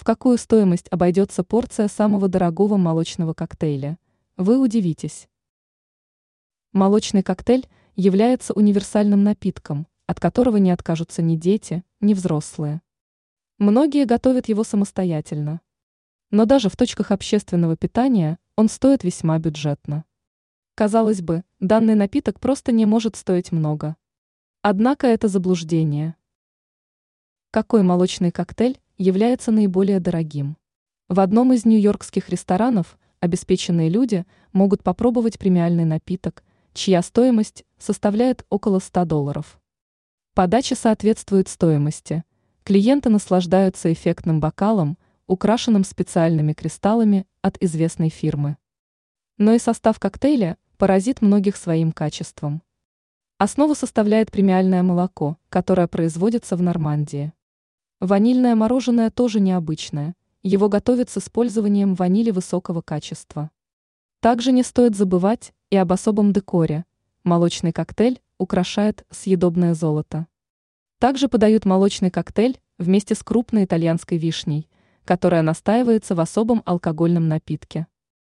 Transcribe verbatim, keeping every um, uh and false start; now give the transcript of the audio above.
В какую стоимость обойдется порция самого дорогого молочного коктейля? Вы удивитесь. Молочный коктейль является универсальным напитком, от которого не откажутся ни дети, ни взрослые. Многие готовят его самостоятельно. Но даже в точках общественного питания он стоит весьма бюджетно. Казалось бы, данный напиток просто не может стоить много. Однако это заблуждение. Какой молочный коктейль является наиболее дорогим? В одном из нью-йоркских ресторанов обеспеченные люди могут попробовать премиальный напиток, чья стоимость составляет около ста долларов. Подача соответствует стоимости. Клиенты наслаждаются эффектным бокалом, украшенным специальными кристаллами от известной фирмы. Но и состав коктейля поразит многих своим качеством. Основу составляет премиальное молоко, которое производится в Нормандии. Ванильное мороженое тоже необычное, его готовят с использованием ванили высокого качества. Также не стоит забывать и об особом декоре. Молочный коктейль украшает съедобное золото. Также подают молочный коктейль вместе с крупной итальянской вишней, которая настаивается в особом алкогольном напитке.